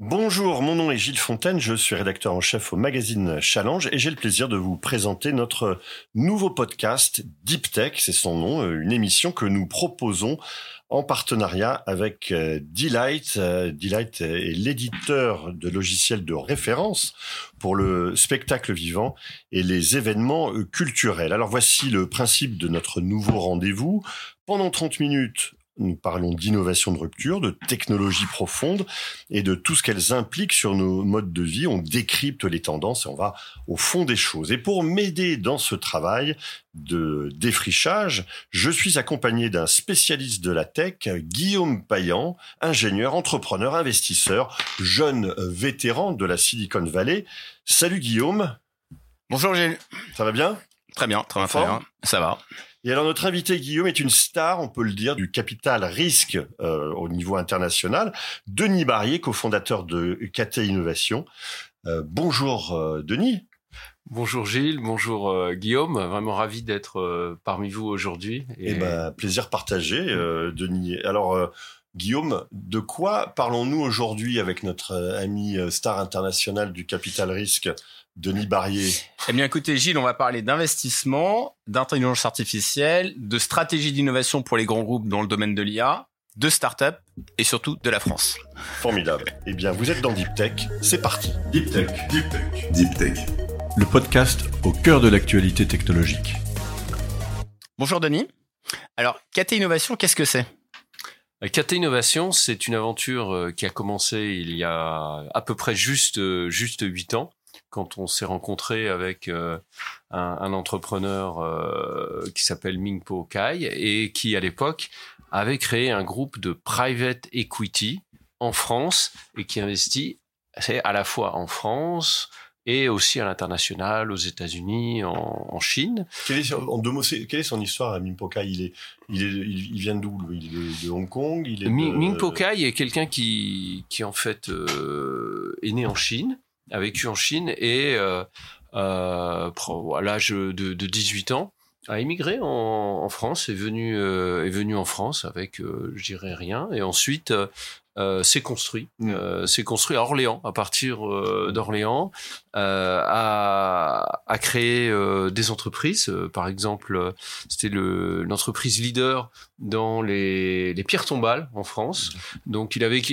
Bonjour, mon nom est Gilles Fontaine, je suis rédacteur en chef au magazine Challenge et j'ai le plaisir de vous présenter notre nouveau podcast Deep Tech, c'est son nom, une émission que nous proposons en partenariat avec Delight. Delight est l'éditeur de logiciels de référence pour le spectacle vivant et les événements culturels. Alors voici le principe de notre nouveau rendez-vous. Pendant 30 minutes, nous parlons d'innovation de rupture, de technologie profonde et de tout ce qu'elles impliquent sur nos modes de vie. On décrypte les tendances et on va au fond des choses. Et pour m'aider dans ce travail de défrichage, je suis accompagné d'un spécialiste de la tech, Guillaume Payan, ingénieur, entrepreneur, investisseur, jeune vétéran de la Silicon Valley. Salut Guillaume. Bonjour Gilles. Ça va bien ? Très bien. Ça va. Et alors notre invité Guillaume est une star, on peut le dire, du capital risque au niveau international. Denis Barrier, cofondateur de KT Innovation. Bonjour Denis. Bonjour Gilles, bonjour Guillaume. Vraiment ravi d'être parmi vous aujourd'hui. Plaisir partagé Denis. Alors Guillaume, de quoi parlons-nous aujourd'hui avec notre ami star international du capital risque, Denis Barrier? Eh bien, écoutez, Gilles, on va parler d'investissement, d'intelligence artificielle, de stratégie d'innovation pour les grands groupes dans le domaine de l'IA, de start-up et surtout de la France. Formidable. Eh bien, vous êtes dans Deep Tech. C'est parti. Deep Tech. Deep Tech. Deep Tech. Le podcast au cœur de l'actualité technologique. Bonjour Denis. Alors, KT Innovation, qu'est-ce que c'est ? KT Innovation, c'est une aventure qui a commencé il y a à peu près juste 8 ans, quand on s'est rencontré avec un entrepreneur qui s'appelle Ming-Po Kai et qui, à l'époque, avait créé un groupe de private equity en France et qui investit à la fois en France et aussi à l'international, aux États-Unis, en Chine. En deux mots, quelle est son histoire à Ming-Po Kai ? Il vient d'où, lui ? Il est de Hong Kong ? Ming-Po Kai est quelqu'un qui en fait est né en Chine, a vécu en Chine et à l'âge de 18 ans a émigré en France, est venu en France avec je dirais rien, et ensuite s'est construit à Orléans, à partir d'Orléans, a créé des entreprises. Par exemple, c'était l'entreprise leader dans les pierres tombales en France. Donc il avait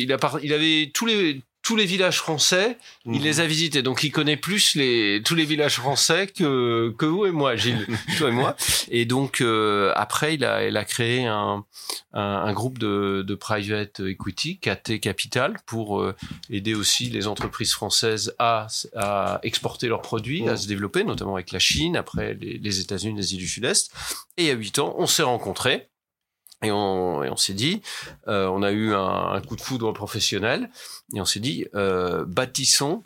tous les villages français, il les a visités. Donc, il connaît plus tous les villages français que vous et moi, Gilles. Toi et moi. Et donc, après, il a créé un groupe de private equity, KT Capital, pour aider aussi les entreprises françaises à exporter leurs produits, à se développer, notamment avec la Chine, après les États-Unis, l'Asie du Sud-Est. Et il y a 8 ans, on s'est rencontrés. Et on s'est dit, on a eu un coup de foudre professionnel, et on s'est dit, bâtissons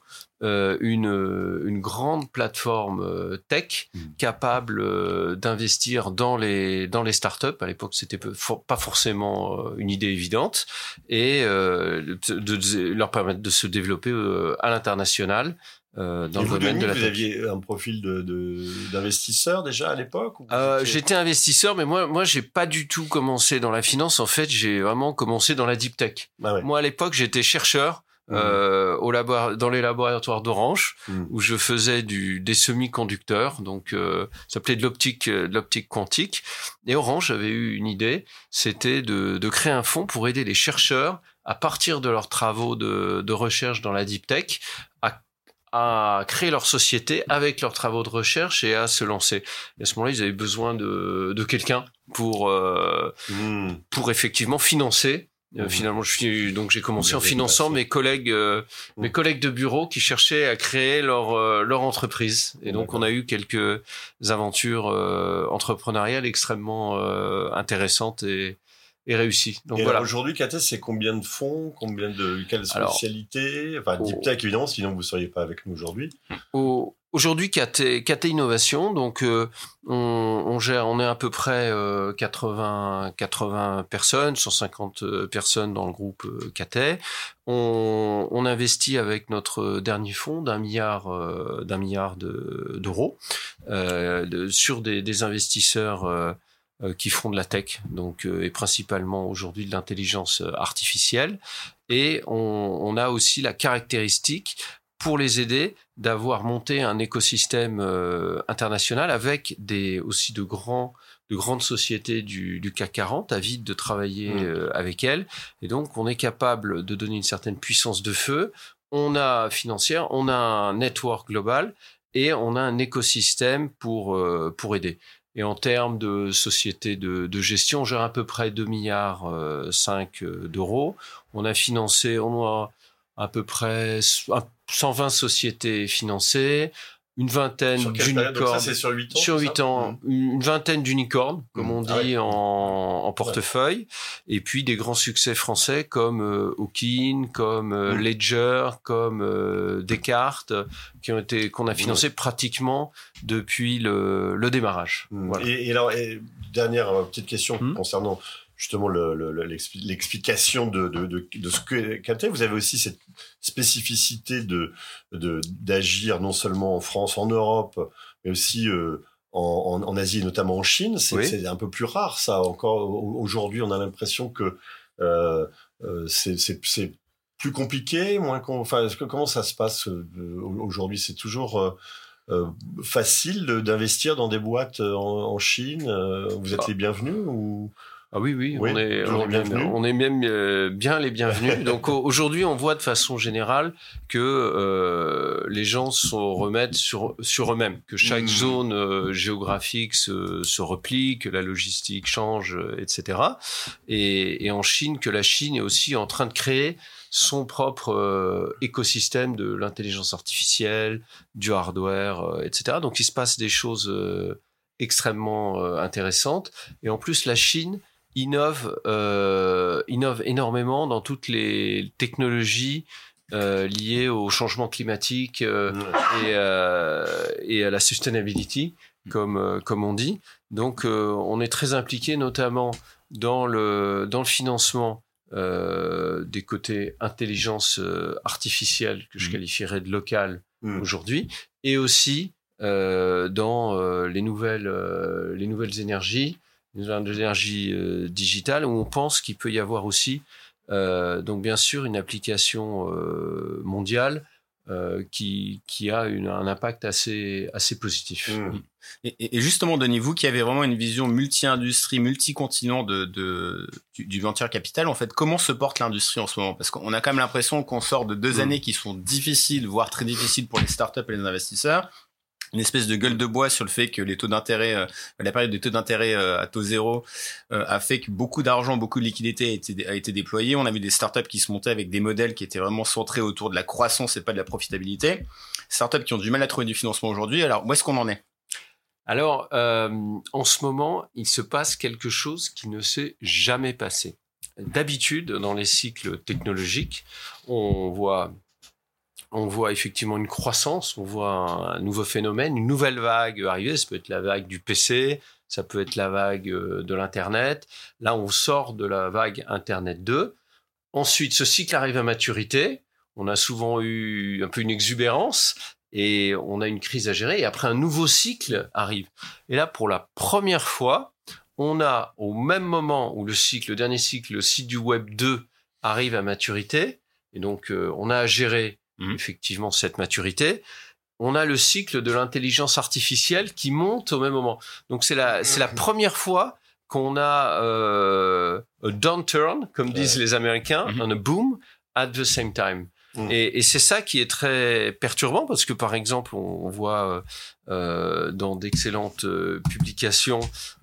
une grande plateforme tech capable d'investir dans les startups. À l'époque, c'était pas forcément une idée évidente, et de leur permettre de se développer à l'international. Dans le domaine de la tech. Vous aviez un profil d'investisseur déjà à l'époque ? J'étais investisseur, mais moi j'ai pas du tout commencé dans la finance. En fait, j'ai vraiment commencé dans la deep tech. Ah ouais. Moi, à l'époque, j'étais chercheur dans les laboratoires d'Orange, où je faisais des semi-conducteurs, donc ça s'appelait de l'optique quantique. Et Orange avait eu une idée, c'était de créer un fonds pour aider les chercheurs à partir de leurs travaux de recherche dans la deep tech à créer leur société avec leurs travaux de recherche et à se lancer. Et à ce moment-là, ils avaient besoin de quelqu'un pour effectivement financer. Finalement, j'ai commencé en finançant mes collègues de bureau qui cherchaient à créer leur entreprise. Et donc, on a eu quelques aventures entrepreneuriales extrêmement intéressantes et réussi. Donc, et voilà. Alors aujourd'hui, KT, c'est combien de fonds, quelle spécialité? Enfin, Deep Tech, évidemment, sinon vous ne seriez pas avec nous aujourd'hui. Aujourd'hui, KT Innovation, donc on est à peu près 80 personnes, 150 personnes dans le groupe KT. On investit avec notre dernier fonds d'un milliard d'euros sur des investisseurs qui font de la tech, donc et principalement aujourd'hui de l'intelligence artificielle. Et on a aussi la caractéristique pour les aider d'avoir monté un écosystème international avec aussi de grandes sociétés du CAC 40 avides de travailler avec elles. Et donc, on est capable de donner une certaine puissance de feu. On a financière, on a un network global et on a un écosystème pour aider. Et en termes de sociétés de gestion, on gère à peu près 2,5 milliards d'euros. On a à peu près 120 sociétés financées, une vingtaine d'unicornes. C'est sur 8 ans. Sur 8 ans, une vingtaine d'unicornes, comme on dit en portefeuille. Ouais. Et puis des grands succès français comme Hawkin, comme Ledger, comme Descartes, qu'on a financé pratiquement depuis le démarrage. Voilà. Et alors, dernière petite question concernant justement l'explication de ce que Captec. Vous avez aussi cette spécificité d'agir non seulement en France, en Europe, mais aussi en Asie et notamment en Chine. C'est un peu plus rare, ça. Encore aujourd'hui, on a l'impression que c'est plus compliqué, comment ça se passe aujourd'hui? C'est toujours facile d'investir dans des boîtes en Chine. Vous êtes les bienvenus ou... Ah oui, on est même bien les bienvenus. Donc aujourd'hui, on voit de façon générale que les gens remettent sur eux-mêmes, que chaque zone géographique se replie, que la logistique change, etc. Et en Chine, que la Chine est aussi en train de créer son propre écosystème de l'intelligence artificielle, du hardware, etc. Donc il se passe des choses extrêmement intéressantes. Et en plus, la Chine innove énormément dans toutes les technologies liées au changement climatique et à la sustainability, comme on dit. Donc, on est très impliqué, notamment dans le financement des côtés intelligence artificielle que je qualifierais de locale aujourd'hui, et aussi dans les nouvelles énergies. L'énergie digitale, où on pense qu'il peut y avoir aussi, donc bien sûr, une application mondiale qui a un impact assez positif. Et justement, Denis, vous qui avez vraiment une vision multi-industrie, multi-continent du venture capital, en fait, comment se porte l'industrie en ce moment? Parce qu'on a quand même l'impression qu'on sort de 2 années qui sont difficiles, voire très difficiles pour les startups et les investisseurs. Une espèce de gueule de bois sur le fait que les taux d'intérêt, la période des taux d'intérêt à taux zéro a fait que beaucoup d'argent, beaucoup de liquidités a été déployé. On a vu des startups qui se montaient avec des modèles qui étaient vraiment centrés autour de la croissance et pas de la profitabilité. Startups qui ont du mal à trouver du financement aujourd'hui. Alors, où est-ce qu'on en est? Alors, en ce moment, il se passe quelque chose qui ne s'est jamais passé. D'habitude, dans les cycles technologiques, on voit effectivement une croissance, on voit un nouveau phénomène, une nouvelle vague arriver. Ça peut être la vague du PC, ça peut être la vague de l'Internet. Là, on sort de la vague Internet 2. Ensuite, ce cycle arrive à maturité. On a souvent eu un peu une exubérance et on a une crise à gérer. Et après, un nouveau cycle arrive. Et là, pour la première fois, on a au même moment où le dernier cycle, le cycle du Web 2 arrive à maturité. Et donc, on a à gérer effectivement cette maturité. On a le cycle de l'intelligence artificielle qui monte au même moment. Donc c'est la première fois qu'on a a downturn, comme disent les Américains, un boom at the same time. Et c'est ça qui est très perturbant parce que par exemple on voit dans d'excellentes publications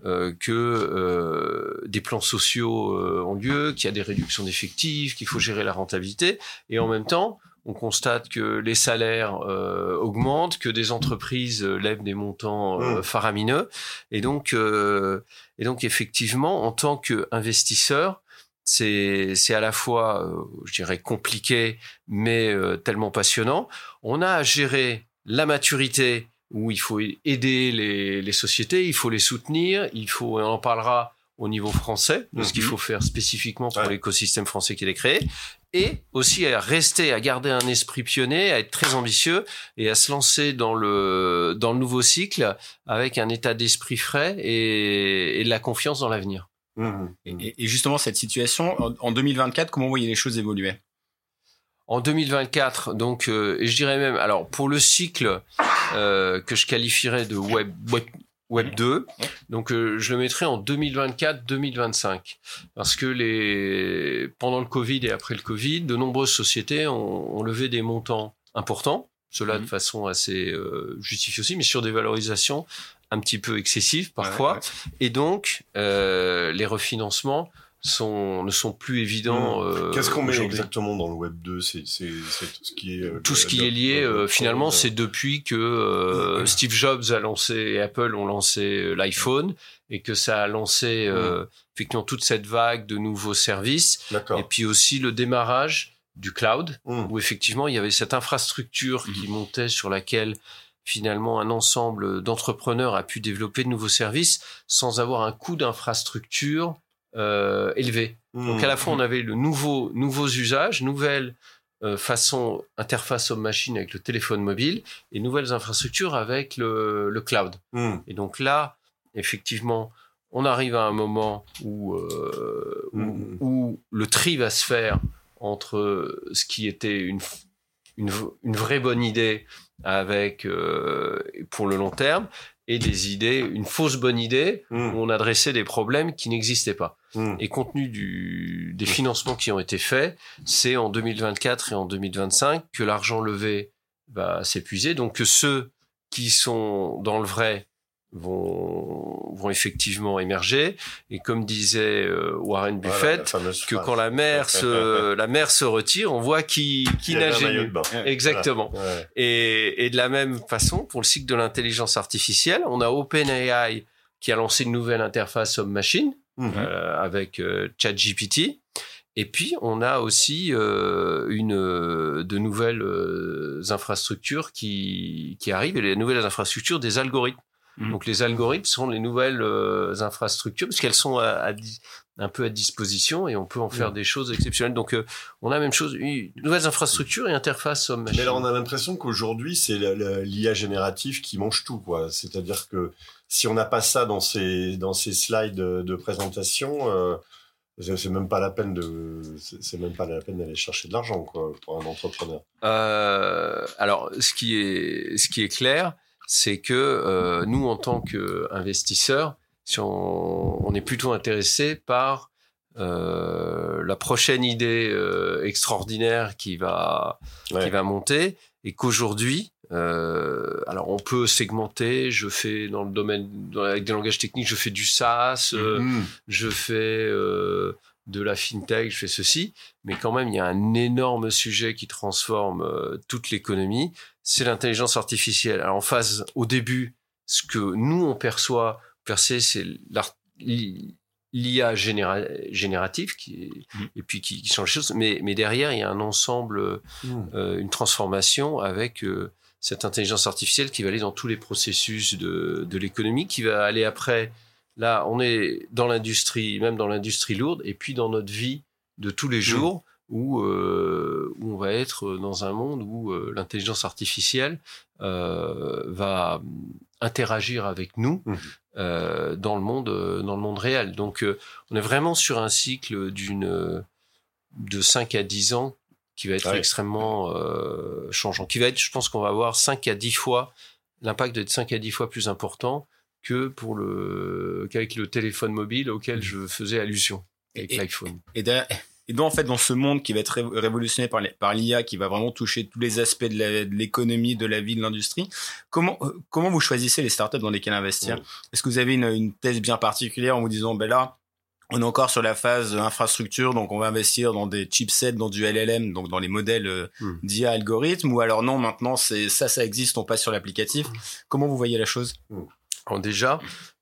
que des plans sociaux ont lieu, qu'il y a des réductions d'effectifs, qu'il faut gérer la rentabilité, et en même temps on constate que les salaires augmentent, que des entreprises lèvent des montants faramineux, et donc effectivement, en tant qu'investisseur, c'est à la fois, je dirais, compliqué, mais tellement passionnant. On a à gérer la maturité, où il faut aider les sociétés, il faut les soutenir, on en parlera au niveau français, de ce qu'il faut faire spécifiquement pour l'écosystème français qui est créé. et aussi à garder un esprit pionnier, à être très ambitieux et à se lancer dans le nouveau cycle avec un état d'esprit frais et de la confiance dans l'avenir. Et justement, cette situation, en 2024, comment vous voyez les choses évoluer? En 2024, donc, et je dirais même, alors pour le cycle que je qualifierais de Web 2, donc je le mettrais en 2024-2025, parce que pendant le Covid et après le Covid, de nombreuses sociétés ont levé des montants importants, cela de façon assez justifiée aussi, mais sur des valorisations un petit peu excessives parfois, et donc les refinancements ne sont plus évidents. Qu'est-ce qu'on met exactement dans le Web 2? C'est tout ce qui est tout ce qui est lié. Finalement, c'est depuis que Steve Jobs a lancé et Apple ont lancé l'iPhone et que ça a lancé effectivement toute cette vague de nouveaux services. D'accord. Et puis aussi le démarrage du cloud, où effectivement il y avait cette infrastructure qui montait sur laquelle finalement un ensemble d'entrepreneurs a pu développer de nouveaux services sans avoir un coût d'infrastructure élevé. Donc à la fois on avait le nouveaux usages, nouvelles interface homme-machine avec le téléphone mobile et nouvelles infrastructures avec le cloud. Et donc là, effectivement, on arrive à un moment où le tri va se faire entre ce qui était une vraie bonne idée avec pour le long terme et des idées, une fausse bonne idée où on adressait des problèmes qui n'existaient pas. Et compte tenu des financements qui ont été faits, c'est en 2024 et en 2025 que l'argent levé va s'épuiser. Donc que ceux qui sont dans le vrai vont effectivement émerger. Et comme disait Warren Buffett, que quand la mer se retire, on voit qui nage nu. Exactement. Voilà. Ouais. Et de la même façon, pour le cycle de l'intelligence artificielle, on a OpenAI qui a lancé une nouvelle interface homme-machine avec ChatGPT. Et puis, on a aussi de nouvelles infrastructures qui arrivent, et les nouvelles infrastructures des algorithmes. Donc les algorithmes sont les nouvelles infrastructures parce qu'elles sont un peu à disposition et on peut en faire des choses exceptionnelles. Donc on a la même chose, nouvelles infrastructures et interfaces homme-machine. Mais là on a l'impression qu'aujourd'hui c'est l'IA générative qui mange tout, quoi. C'est-à-dire que si on n'a pas ça dans ces slides de présentation, c'est même pas la peine d'aller chercher de l'argent, quoi, pour un entrepreneur. Alors ce qui est clair, c'est que nous, en tant qu'investisseurs, si on est plutôt intéressé par la prochaine idée extraordinaire qui va monter, et qu'aujourd'hui, alors on peut segmenter. Je fais dans le domaine avec des langages techniques, je fais du SaaS, je fais de la fintech, je fais ceci, mais quand même il y a un énorme sujet qui transforme toute l'économie, c'est l'intelligence artificielle. Alors au début, ce que nous on perçoit, c'est l'IA générative et puis qui change les choses, mais derrière il y a un ensemble, une transformation avec cette intelligence artificielle qui va aller dans tous les processus de l'économie, qui va aller après. Là, on est dans l'industrie, même dans l'industrie lourde, et puis dans notre vie de tous les jours, où on va être dans un monde où l'intelligence artificielle va interagir avec nous dans le monde réel. Donc, on est vraiment sur un cycle de 5 à 10 ans qui va être extrêmement changeant. Je pense qu'on va avoir 5 à 10 fois, l'impact de 5 à 10 fois plus important qu'avec le téléphone mobile auquel je faisais allusion avec l'iPhone. Et donc, en fait, dans ce monde qui va être révolutionné par l'IA, qui va vraiment toucher tous les aspects de l'économie, de la vie, de l'industrie, comment vous choisissez les startups dans lesquelles investir? Est-ce que vous avez une thèse bien particulière en vous disant, là, on est encore sur la phase infrastructure, donc on va investir dans des chipsets, dans du LLM, donc dans les modèles d'IA algorithmes, ou alors non, maintenant, ça existe, on passe sur l'applicatif. Comment vous voyez la chose? Alors déjà,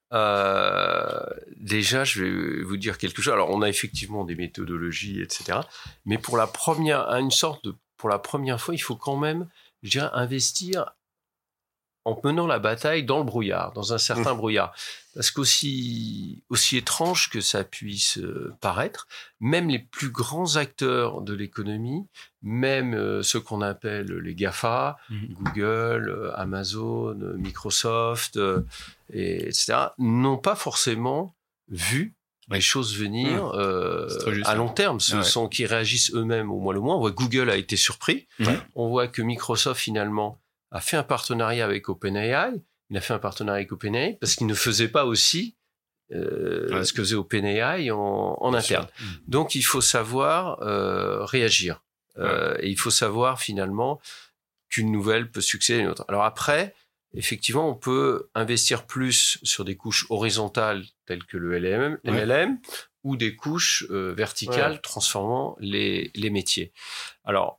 je vais vous dire quelque chose. Alors, on a effectivement des méthodologies, etc. Mais pour la première fois, il faut quand même, je dirais, investir en menant la bataille dans le brouillard, dans un certain brouillard. Parce qu'aussi étrange que ça puisse paraître, même les plus grands acteurs de l'économie, même ceux qu'on appelle les GAFA, Google, Amazon, Microsoft, etc., n'ont pas forcément vu les choses venir à long terme. Ce sont qui réagissent eux-mêmes au moins le moins. On voit que Google a été surpris. On voit que Microsoft, finalement, a fait un partenariat avec OpenAI. Il a fait un partenariat avec OpenAI parce qu'il ne faisait pas aussi ce que faisait OpenAI en interne. Donc, il faut savoir réagir. Et il faut savoir, finalement, qu'une nouvelle peut succéder à une autre. Alors après, effectivement, on peut investir plus sur des couches horizontales telles que le MLM ou des couches verticales transformant les métiers. Alors,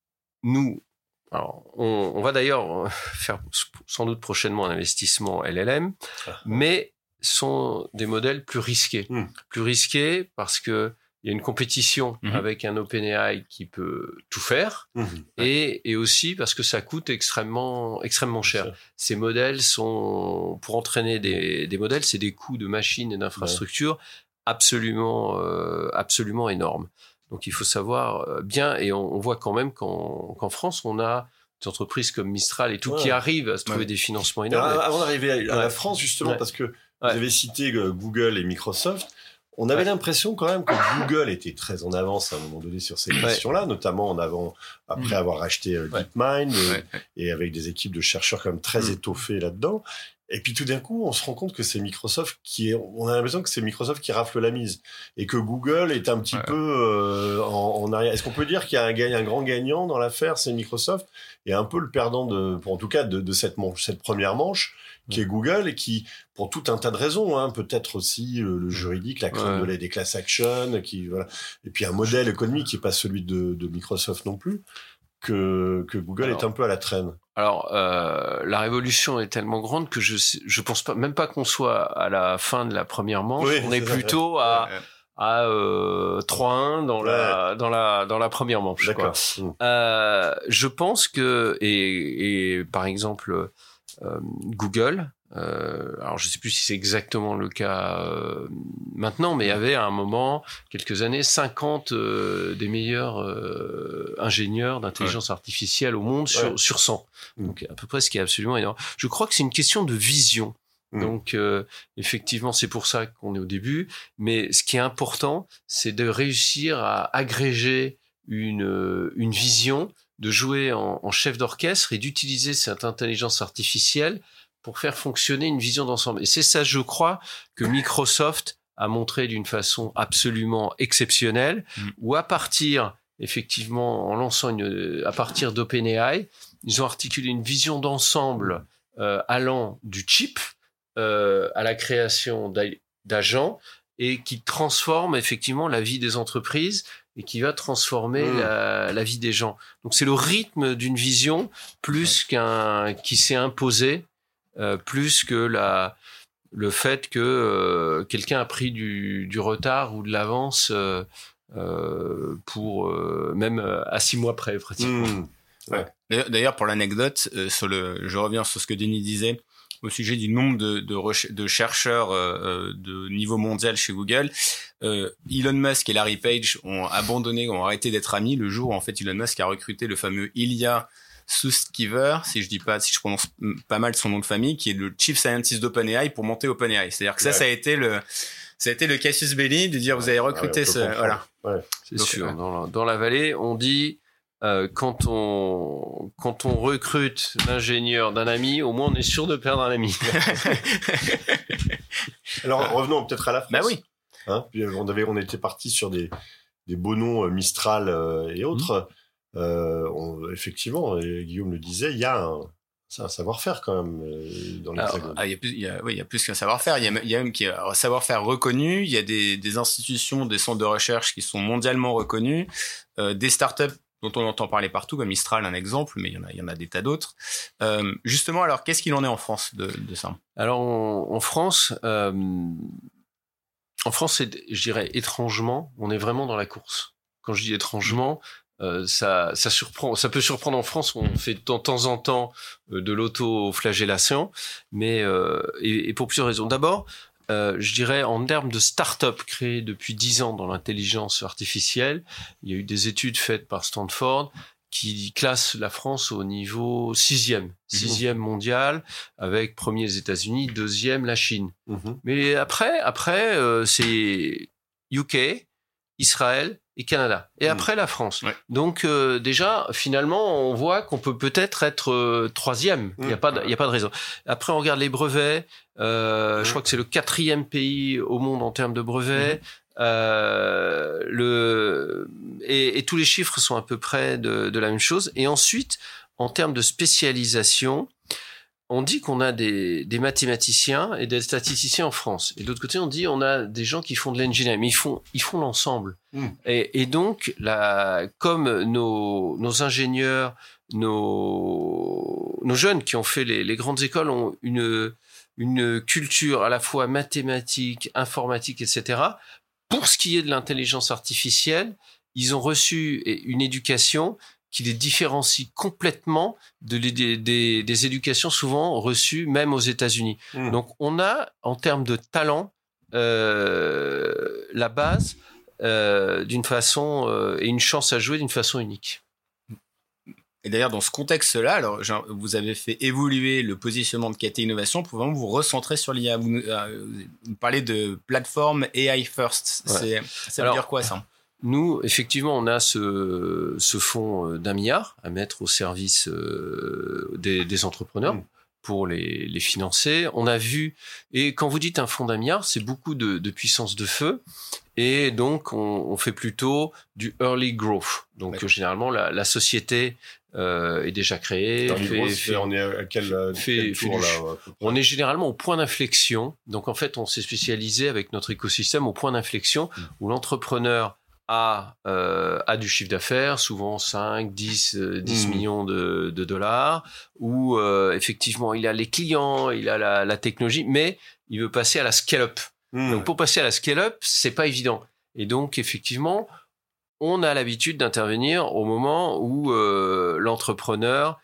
on va d'ailleurs faire sans doute prochainement un investissement LLM, mais sont des modèles plus risqués. Plus risqués parce que il y a une compétition avec un OpenAI qui peut tout faire et aussi parce que ça coûte extrêmement cher. Ces modèles sont, pour entraîner des modèles, c'est des coûts de machines et d'infrastructures absolument énormes. Donc il faut savoir bien, et on voit quand même qu'en France, on a des entreprises comme Mistral et tout qui arrivent à se trouver des financements énormes. Alors, avant d'arriver à la France, justement, parce que vous avez cité Google et Microsoft, on avait l'impression quand même que Google était très en avance à un moment donné sur ces questions-là, notamment après avoir acheté DeepMind et avec des équipes de chercheurs quand même très étoffées là-dedans. Et puis tout d'un coup, on se rend compte que c'est Microsoft on a l'impression que c'est Microsoft qui rafle la mise et que Google est un petit peu en arrière. Est-ce qu'on peut dire qu'il y a un grand gagnant dans l'affaire, c'est Microsoft, et un peu le perdant en tout cas de cette première manche, qui est Google, et qui, pour tout un tas de raisons, peut-être aussi le juridique, la crainte des class actions, et puis un modèle économique qui n'est pas celui de Microsoft non plus, que Google est un peu à la traîne. Alors, la révolution est tellement grande que je pense même pas qu'on soit à la fin de la première manche. On est plutôt à 3-1 dans la première manche. D'accord. Je pense que et par exemple Google, alors je sais plus si c'est exactement le cas maintenant, mais il y avait à un moment, quelques années, 50 des meilleurs ingénieurs d'intelligence artificielle au monde sur 100. Donc à peu près, ce qui est absolument énorme. Je crois que c'est une question de vision. Donc effectivement, c'est pour ça qu'on est au début, mais ce qui est important, c'est de réussir à agréger une vision, de jouer en chef d'orchestre et d'utiliser cette intelligence artificielle pour faire fonctionner une vision d'ensemble. Et c'est ça, je crois, que Microsoft a montré d'une façon absolument exceptionnelle, où à partir, effectivement, en lançant à partir d'OpenAI, ils ont articulé une vision d'ensemble allant du chip à la création d'agents et qui transforme effectivement la vie des entreprises et qui va transformer la vie des gens. Donc c'est le rythme d'une vision plus qui s'est imposé, plus que le fait que quelqu'un a pris du retard ou de l'avance pour même à 6 mois près pratiquement. D'ailleurs, pour l'anecdote, je reviens sur ce que Denis disait au sujet du nombre de chercheurs de niveau mondial chez Google. Elon Musk et Larry Page ont arrêté d'être amis le jour où en fait Elon Musk a recruté le fameux Ilya Sutskever, si je prononce pas mal son nom de famille, qui est le chief scientist d'OpenAI pour monter OpenAI. C'est-à-dire que ça a été le casus belli de dire vous avez recruté voilà. Ouais. C'est sûr. Dans la vallée, on dit quand on recrute l'ingénieur d'un ami, au moins on est sûr de perdre un ami. Alors revenons peut-être à la France. Bah oui. Puis on était parti sur des beaux noms Mistral et autres. Effectivement, Guillaume le disait, il y a un savoir-faire quand même dans l'Hexagone. Il y a plus qu'un savoir-faire. Il y a même un savoir-faire reconnu. Il y a des institutions, des centres de recherche qui sont mondialement reconnus, des startups dont on entend parler partout, comme Mistral, un exemple, mais il y en a des tas d'autres. Justement, alors, qu'est-ce qu'il en est en France de ça? Alors, en France, je dirais étrangement, on est vraiment dans la course. Quand je dis étrangement, ça surprend, ça peut surprendre en France où on fait de temps en temps de l'autoflagellation, mais et pour plusieurs raisons. D'abord, je dirais en termes de start-up créées depuis 10 ans dans l'intelligence artificielle, il y a eu des études faites par Stanford qui classent la France au niveau 6e mondial, avec premier les États-Unis, 2e la Chine. Mais après c'est UK, Israël et Canada. Et après la France. Ouais. Donc déjà, finalement, on voit qu'on peut peut-être être 3e. Il y a pas de raison. Après, on regarde les brevets. Je crois que c'est le 4e pays au monde en termes de brevets. Et tous les chiffres sont à peu près de la même chose. Et ensuite, en termes de spécialisation, on dit qu'on a des mathématiciens et des statisticiens en France. Et de l'autre côté, on dit on a des gens qui font de l'engineering, mais ils font l'ensemble. Et donc, comme nos ingénieurs, nos jeunes qui ont fait les grandes écoles ont une culture à la fois mathématique, informatique, etc. Pour ce qui est de l'intelligence artificielle, ils ont reçu une éducation qui les différencie complètement des éducations souvent reçues même aux États-Unis. Donc on a en termes de talent la base d'une façon et une chance à jouer d'une façon unique. Et d'ailleurs, dans ce contexte-là, alors, vous avez fait évoluer le positionnement de KT Innovation pour vraiment vous recentrer sur l'IA. Vous parlez de plateforme AI First. Ouais. Ça veut dire quoi, ça ? Nous, effectivement, on a ce fonds d'1 milliard à mettre au service des entrepreneurs pour les financer. On a vu, et quand vous dites un fonds d'1 milliard, c'est beaucoup de puissance de feu. Et donc, on fait plutôt du early growth. Donc, généralement, la société est déjà créée. On est à quel tour, là, on est généralement au point d'inflexion. Donc, en fait, on s'est spécialisé avec notre écosystème au point d'inflexion où l'entrepreneur a du chiffre d'affaires, souvent 5, 10 millions de dollars, où effectivement, il a les clients, il a la technologie, mais il veut passer à la scale-up. Donc, pour passer à la scale-up, c'est pas évident. Et donc, effectivement, on a l'habitude d'intervenir au moment où l'entrepreneur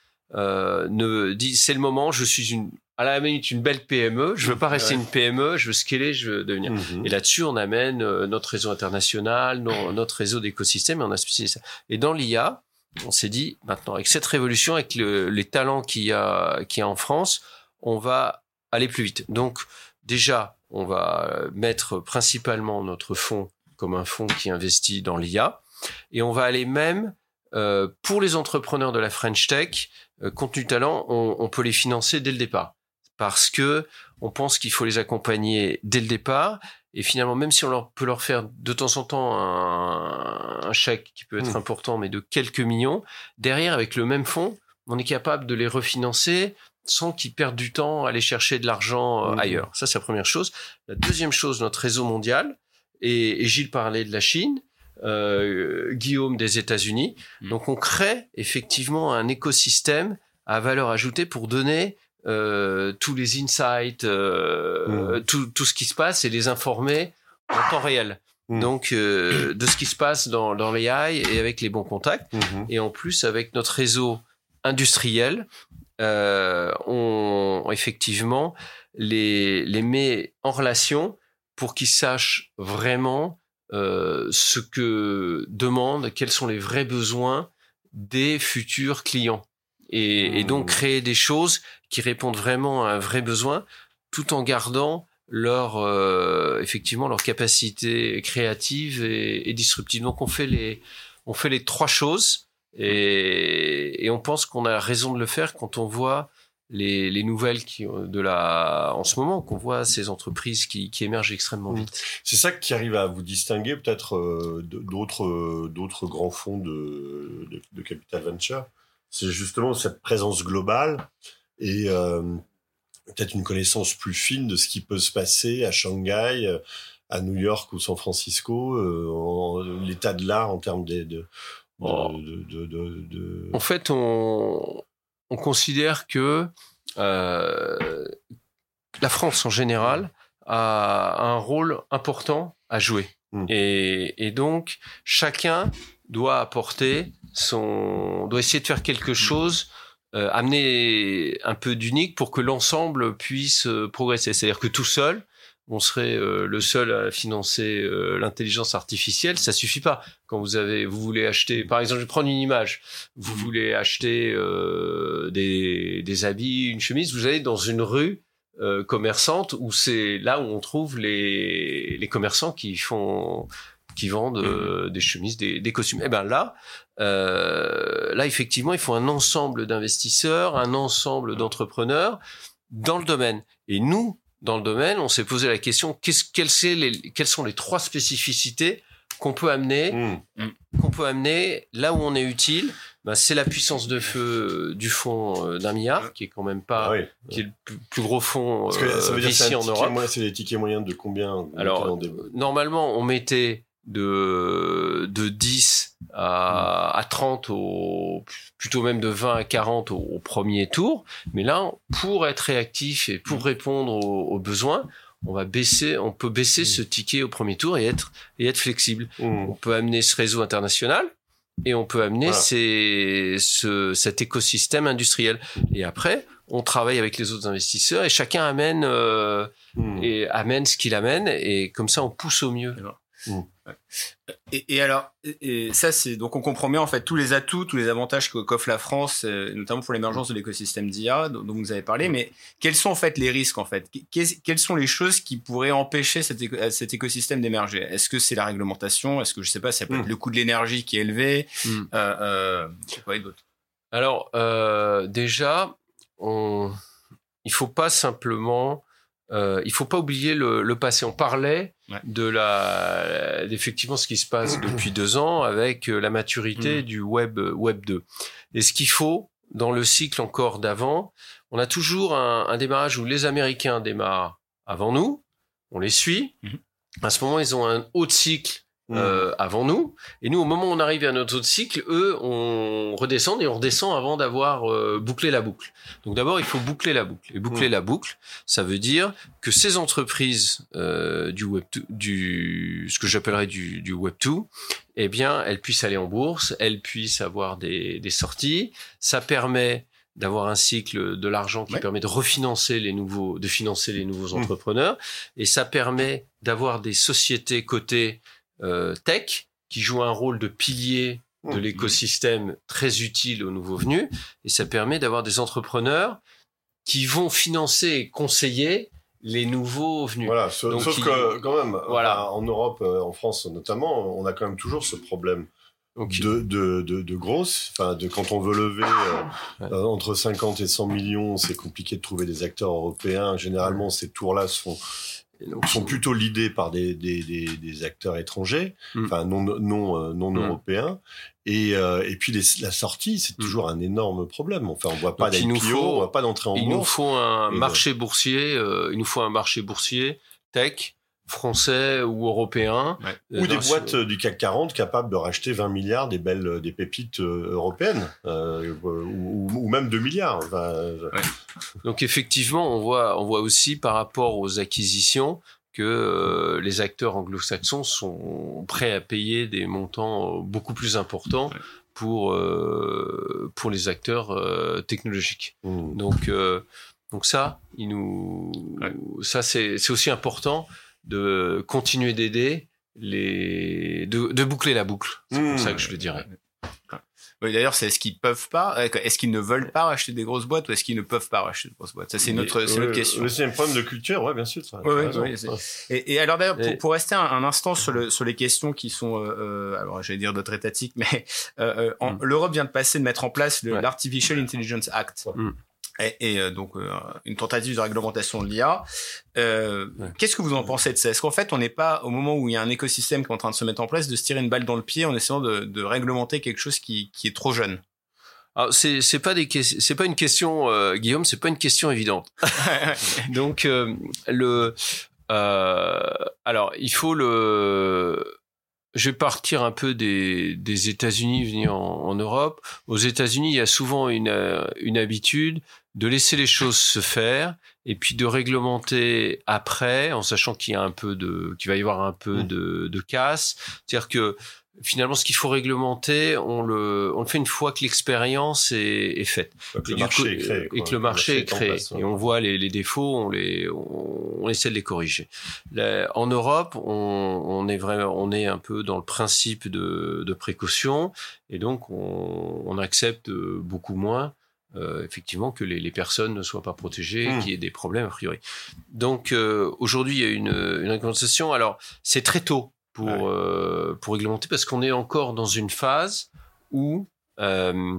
dit c'est le moment, je suis à la minute une belle PME, je veux pas rester une PME, je veux scaler, je veux devenir. Et là-dessus, on amène notre réseau international, notre réseau d'écosystèmes, et on a spécialisé ça. Et dans l'IA, on s'est dit maintenant avec cette révolution, avec les talents qu'il y a en France, on va aller plus vite. Donc déjà, on va mettre principalement notre fonds comme un fonds qui investit dans l'IA. Et on va aller même, pour les entrepreneurs de la French Tech, contenu talent, on peut les financer dès le départ. Parce que on pense qu'il faut les accompagner dès le départ. Et finalement, même si on peut leur faire de temps en temps un chèque qui peut être important, mais de quelques millions, derrière, avec le même fonds, on est capable de les refinancer sans qu'ils perdent du temps à aller chercher de l'argent ailleurs. Ça, c'est la première chose. La deuxième chose, notre réseau mondial, et Gilles parlait de la Chine, Guillaume des États-Unis. Donc, on crée effectivement un écosystème à valeur ajoutée pour donner tous les insights, tout ce qui se passe et les informer en temps réel. Donc, de ce qui se passe dans l'AI et avec les bons contacts. Et en plus, avec notre réseau industriel, on effectivement les met en relation pour qu'ils sachent vraiment ce que demandent, quels sont les vrais besoins des futurs clients. Et donc créer des choses qui répondent vraiment à un vrai besoin, tout en gardant effectivement leur capacité créative et disruptive. Donc on fait les trois choses et on pense qu'on a raison de le faire quand on voit les nouvelles en ce moment, qu'on voit ces entreprises qui émergent extrêmement vite. C'est ça qui arrive à vous distinguer peut-être d'autres grands fonds de capital venture. C'est justement cette présence globale et peut-être une connaissance plus fine de ce qui peut se passer à Shanghai, à New York ou San Francisco, l'état de l'art en termes En fait, on considère que la France en général a un rôle important à jouer. Et donc, chacun doit apporter doit essayer de faire quelque chose, amener un peu d'unique pour que l'ensemble puisse progresser. C'est-à-dire que tout seul, on serait le seul à financer l'intelligence artificielle, ça suffit pas. Quand vous voulez acheter, par exemple, je vais prendre une image, vous voulez acheter des habits, une chemise, vous allez dans une rue commerçante où c'est là où on trouve les commerçants qui vendent des chemises, des costumes. Et ben là effectivement, il faut un ensemble d'investisseurs, un ensemble d'entrepreneurs dans le domaine. Et nous, dans le domaine, on s'est posé la question quelles sont les 3 spécificités qu'on peut amener là où on est utile. Ben, c'est la puissance de feu du fonds d'1 milliard, qui est quand même pas, qui est le plus gros fonds ici en Europe. C'est des tickets moyens de combien? Alors, normalement, on mettait de 10 à 30 plutôt même de 20 à 40 au premier tour. Mais là, pour être réactif et pour répondre aux besoins, on peut baisser ce ticket au premier tour et être flexible. On peut amener ce réseau international et on peut amener cet écosystème industriel. Et après, on travaille avec les autres investisseurs et chacun amène ce qu'il amène et comme ça, on pousse au mieux. Et alors, ça c'est donc on comprend bien en fait tous les atouts, tous les avantages qu'offre la France, notamment pour l'émergence de l'écosystème d'IA dont vous avez parlé. Mais quels sont en fait les risques en fait? Quelles sont les choses qui pourraient empêcher cet écosystème d'émerger? Est-ce que c'est la réglementation? Est-ce que je sais pas, ça peut être le coût de l'énergie qui est élevé? Je sais pas d'autres. Alors déjà, il faut pas simplement il faut pas oublier le passé. On parlait d'effectivement ce qui se passe depuis 2 ans avec la maturité du Web 2. Et ce qu'il faut dans le cycle encore d'avant, on a toujours un démarrage où les Américains démarrent avant nous, on les suit. À ce moment, ils ont un haut de cycle avant nous, et nous, au moment où on arrive à notre autre cycle, eux, on redescend avant d'avoir bouclé la boucle. Donc d'abord, il faut boucler la boucle. Et boucler la boucle, ça veut dire que ces entreprises du Web 2, ce que j'appellerais du Web 2, eh bien, elles puissent aller en bourse, elles puissent avoir des sorties. Ça permet d'avoir un cycle de l'argent qui permet de financer les nouveaux entrepreneurs, et ça permet d'avoir des sociétés cotées tech qui jouent un rôle de pilier de l'écosystème très utile aux nouveaux venus, et ça permet d'avoir des entrepreneurs qui vont financer et conseiller les nouveaux venus. Voilà, sauf que quand même, en Europe, en France notamment, on a quand même toujours ce problème de grosses, quand on veut lever entre 50 et 100 millions, c'est compliqué de trouver des acteurs européens. Généralement, ces tours-là sont plutôt leadés par des acteurs étrangers, non européens. Et puis la sortie, c'est toujours un énorme problème. Enfin, on voit pas d'IPO, on voit pas d'entrée en bourse. Il nous faut un marché boursier. Il nous faut un marché boursier tech français ou européen. Ou des boîtes du CAC 40 capables de racheter 20 milliards des pépites européennes, ou même 2 milliards. Donc effectivement, on voit aussi par rapport aux acquisitions que les acteurs anglo-saxons sont prêts à payer des montants beaucoup plus importants pour les acteurs technologiques. Donc ça, ça c'est aussi important de continuer d'aider de boucler la boucle. C'est comme ça que je le dirais. Oui, d'ailleurs, est-ce qu'ils ne veulent pas racheter des grosses boîtes, ou est-ce qu'ils ne peuvent pas racheter de grosses boîtes? Ça, c'est notre question. C'est un problème de culture, bien sûr. Et alors d'ailleurs, pour rester un instant sur les questions qui sont, alors j'allais dire d'autres étatiques, mais l'Europe vient de mettre en place l'Artificial Intelligence Act. Et donc une tentative de réglementation de l'IA. Qu'est-ce que vous en pensez de ça? Est-ce qu'en fait on n'est pas au moment où il y a un écosystème qui est en train de se mettre en place de se tirer une balle dans le pied en essayant de réglementer quelque chose qui est trop jeune? Alors c'est pas une question Guillaume, c'est pas une question évidente. Donc alors il faut je vais partir un peu des États-Unis, venir en Europe. Aux États-Unis, il y a souvent une habitude de laisser les choses se faire et puis de réglementer après, en sachant qu'il va y avoir un peu de casse. C'est-à-dire que finalement, ce qu'il faut réglementer, on le fait une fois que l'expérience est faite. Que le marché est créé. Et que le marché est créé. Et on voit les défauts, on essaie de les corriger. Là, en Europe, on est un peu dans le principe de précaution, et donc on accepte beaucoup moins, effectivement, que les personnes ne soient pas protégées, qu'il y ait des problèmes a priori. Donc aujourd'hui, il y a une réglementation. Alors c'est très tôt pour réglementer, parce qu'on est encore dans une phase où on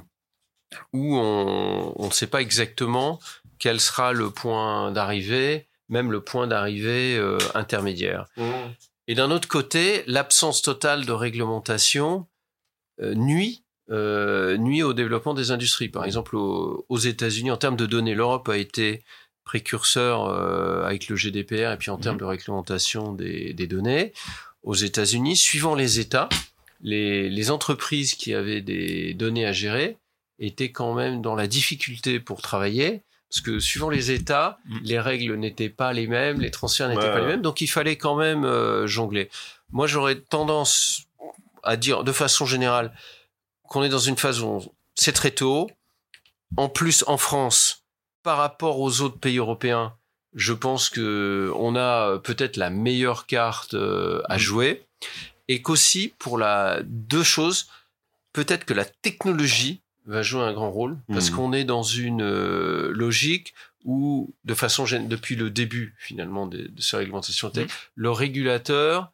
ne sait pas exactement quel sera le point d'arrivée, même le point d'arrivée intermédiaire. Et d'un autre côté, l'absence totale de réglementation nuit au développement des industries. Par exemple, aux États-Unis, en termes de données, l'Europe a été précurseur avec le GDPR, et puis en termes de réglementation des données. Aux États-Unis, suivant les États, les entreprises qui avaient des données à gérer étaient quand même dans la difficulté pour travailler, parce que suivant les États, les règles n'étaient pas les mêmes, les transferts n'étaient pas les mêmes, donc il fallait quand même jongler. Moi, j'aurais tendance à dire, de façon générale, qu'on est dans une phase où c'est très tôt. En plus, en France, par rapport aux autres pays européens, je pense que on a peut-être la meilleure carte à jouer, et qu'aussi pour deux choses, peut-être que la technologie va jouer un grand rôle, parce qu'on est dans une logique où, depuis le début finalement de ces réglementations, le régulateur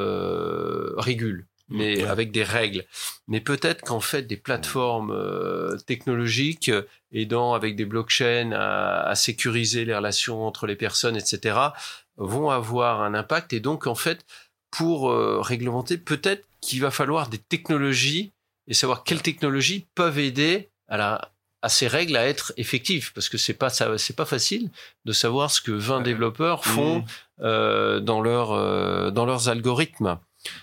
régule, mais avec des règles. Mais peut-être qu'en fait, des plateformes technologiques aidant avec des blockchains à sécuriser les relations entre les personnes, etc., vont avoir un impact. Et donc, en fait, pour réglementer, peut-être qu'il va falloir des technologies, et savoir quelles technologies peuvent aider à ces règles à être effectives, parce que c'est pas facile de savoir ce que 20 développeurs font dans leurs algorithmes.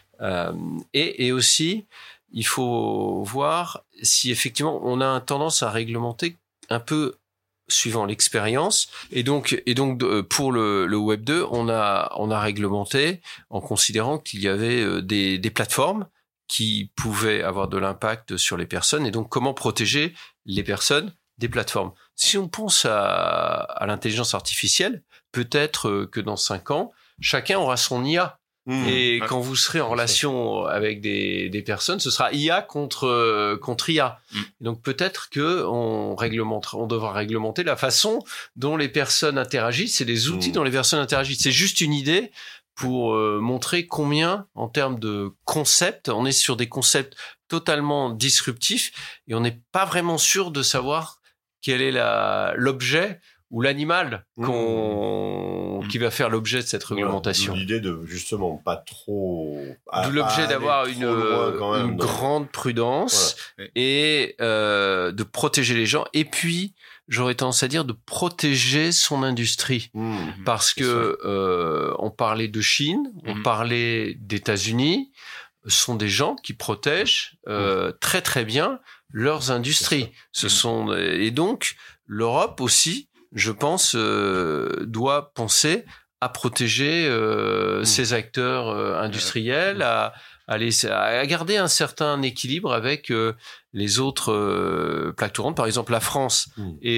Et aussi, il faut voir si effectivement on a tendance à réglementer un peu suivant l'expérience, et donc pour le Web 2, on a réglementé en considérant qu'il y avait des plateformes qui pouvaient avoir de l'impact sur les personnes, et donc comment protéger les personnes des plateformes. Si on pense à l'intelligence artificielle, peut-être que dans 5 ans, chacun aura son IA. Et quand vous serez en relation avec des personnes, ce sera IA contre IA. Donc peut-être que on devra réglementer la façon dont les personnes interagissent et les outils dont les personnes interagissent. C'est juste une idée pour montrer combien, en termes de concepts, on est sur des concepts totalement disruptifs, et on n'est pas vraiment sûr de savoir quel est l'objet ou l'animal qui va faire l'objet de cette réglementation. L'idée de justement pas trop. D'où l'objet d'avoir une grande prudence et de protéger les gens. Et puis, j'aurais tendance à dire de protéger son industrie, parce que on parlait de Chine, on parlait d'États-Unis. Ce sont des gens qui protègent très très bien leurs industries. Et donc l'Europe aussi, je pense, doit penser à protéger ces acteurs industriels, à garder un certain équilibre avec les autres plaques tournantes. Par exemple, la France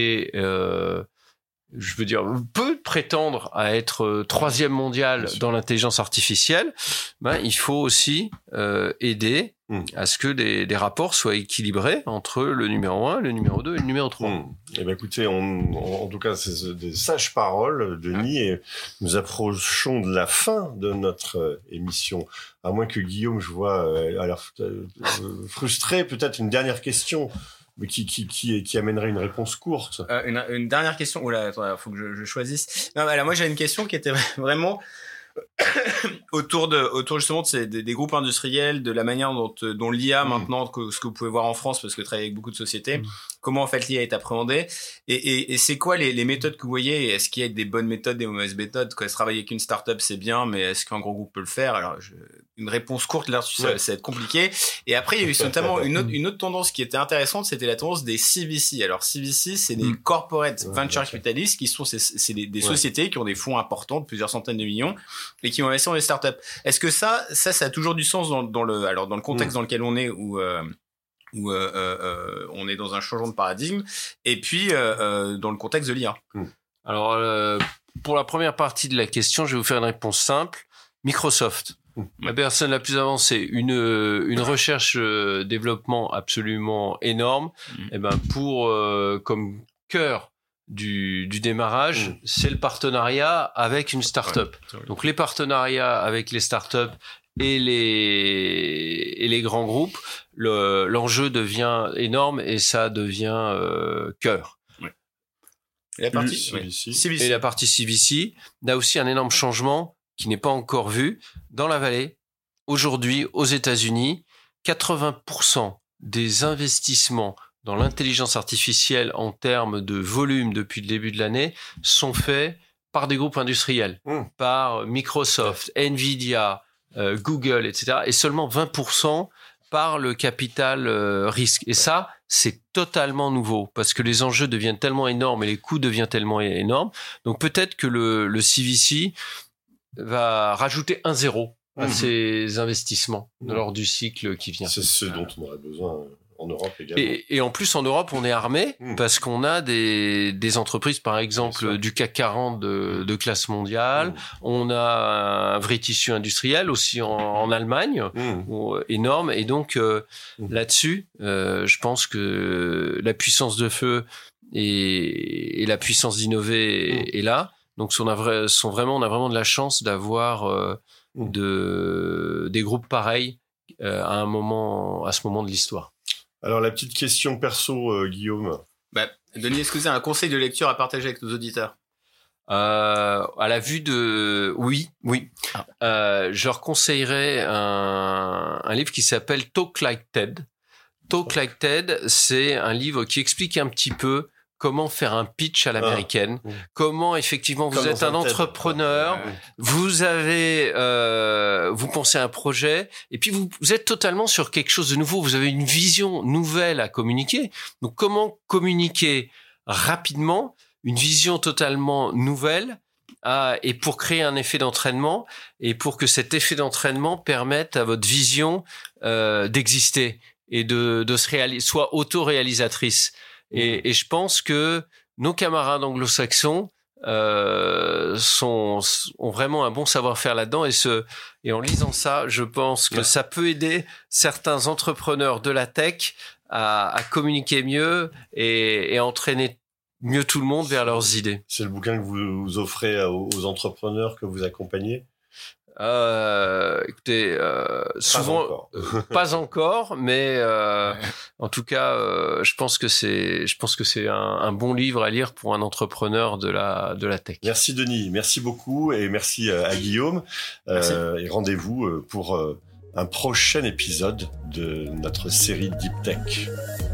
peut prétendre à être 3e mondial dans l'intelligence artificielle. Il faut aussi aider à ce que des rapports soient équilibrés entre le numéro 1, le numéro 2 et le numéro 3. Eh bien, écoutez, en tout cas, c'est des sages paroles, Denis, et nous approchons de la fin de notre émission. À moins que Guillaume, je vois, a l'air frustré. Peut-être une dernière question, mais qui amènerait une réponse courte. Une dernière question. Oula, attends, faut que je choisisse. Non, alors moi, j'avais une question qui était vraiment autour justement des groupes industriels, de la manière dont l'IA maintenant, ce que vous pouvez voir en France, parce que vous travaillez avec beaucoup de sociétés, comment en fait l'IA est appréhendée, et c'est quoi les méthodes que vous voyez? Est-ce qu'il y a des bonnes méthodes, des mauvaises méthodes? Quand travailler avec une start-up, c'est bien, mais est-ce qu'un gros groupe peut le faire? Alors, une réponse courte là-dessus, ça va être compliqué. Et après, il y a eu notamment une autre tendance qui était intéressante, c'était la tendance des CVC. Alors, CVC, c'est des corporate venture capitalists, qui sont des sociétés qui ont des fonds importants de plusieurs centaines de millions et qui vont investir dans les startups. Est-ce que ça a toujours du sens dans le contexte dans lequel on est où on est dans un changement de paradigme, et puis dans le contexte de l'IA. Alors, pour la première partie de la question, je vais vous faire une réponse simple. Microsoft, la personne la plus avancée, une recherche développement absolument énorme, et ben pour comme cœur du démarrage, c'est le partenariat avec une start-up. Ouais. Donc les partenariats avec les start-up et les grands groupes, l'enjeu devient énorme et ça devient cœur. Ouais. Et la partie CVC. Et la partie CVC, là aussi un énorme changement qui n'est pas encore vu. Dans la vallée, aujourd'hui, aux États-Unis, 80% des investissements dans l'intelligence artificielle en termes de volume depuis le début de l'année sont faits par des groupes industriels, par Microsoft, Nvidia, Google, etc. Et seulement 20% par le capital risque. Et ça, c'est totalement nouveau parce que les enjeux deviennent tellement énormes et les coûts deviennent tellement énormes. Donc peut-être que le CVC va rajouter un zéro à ces investissements lors du cycle qui vient. C'est ce dont on aurait besoin en Europe également. Et en plus, en Europe, on est armé parce qu'on a des entreprises, par exemple, du CAC 40 de classe mondiale. On a un vrai tissu industriel aussi en Allemagne, énorme. Et donc, là-dessus, je pense que la puissance de feu et la puissance d'innover est là. Donc, on a vraiment de la chance d'avoir des groupes pareils à ce moment de l'histoire. Alors, la petite question perso, Guillaume. Denis, est-ce que vous avez un conseil de lecture à partager avec nos auditeurs ? À la vue de... Oui. Je leur conseillerais un livre qui s'appelle Talk Like Ted. Talk Like Ted, c'est un livre qui explique un petit peu comment faire un pitch à l'américaine, comment effectivement vous êtes un entrepreneur, vous avez, vous pensez à un projet, et puis vous êtes totalement sur quelque chose de nouveau, vous avez une vision nouvelle à communiquer. Donc comment communiquer rapidement une vision totalement nouvelle et pour créer un effet d'entraînement et pour que cet effet d'entraînement permette à votre vision d'exister et de se réaliser, soit auto-réalisatrice. Et je pense que nos camarades anglo-saxons ont vraiment un bon savoir-faire là-dedans et en lisant ça, je pense que ça peut aider certains entrepreneurs de la tech à communiquer mieux et à entraîner mieux tout le monde vers leurs idées. C'est le bouquin que vous offrez aux entrepreneurs que vous accompagnez ? Écoutez, souvent pas encore, mais en tout cas, je pense que c'est un bon livre à lire pour un entrepreneur de la tech. Merci Denis, merci beaucoup et merci à Guillaume. Et rendez-vous pour un prochain épisode de notre série Deep Tech.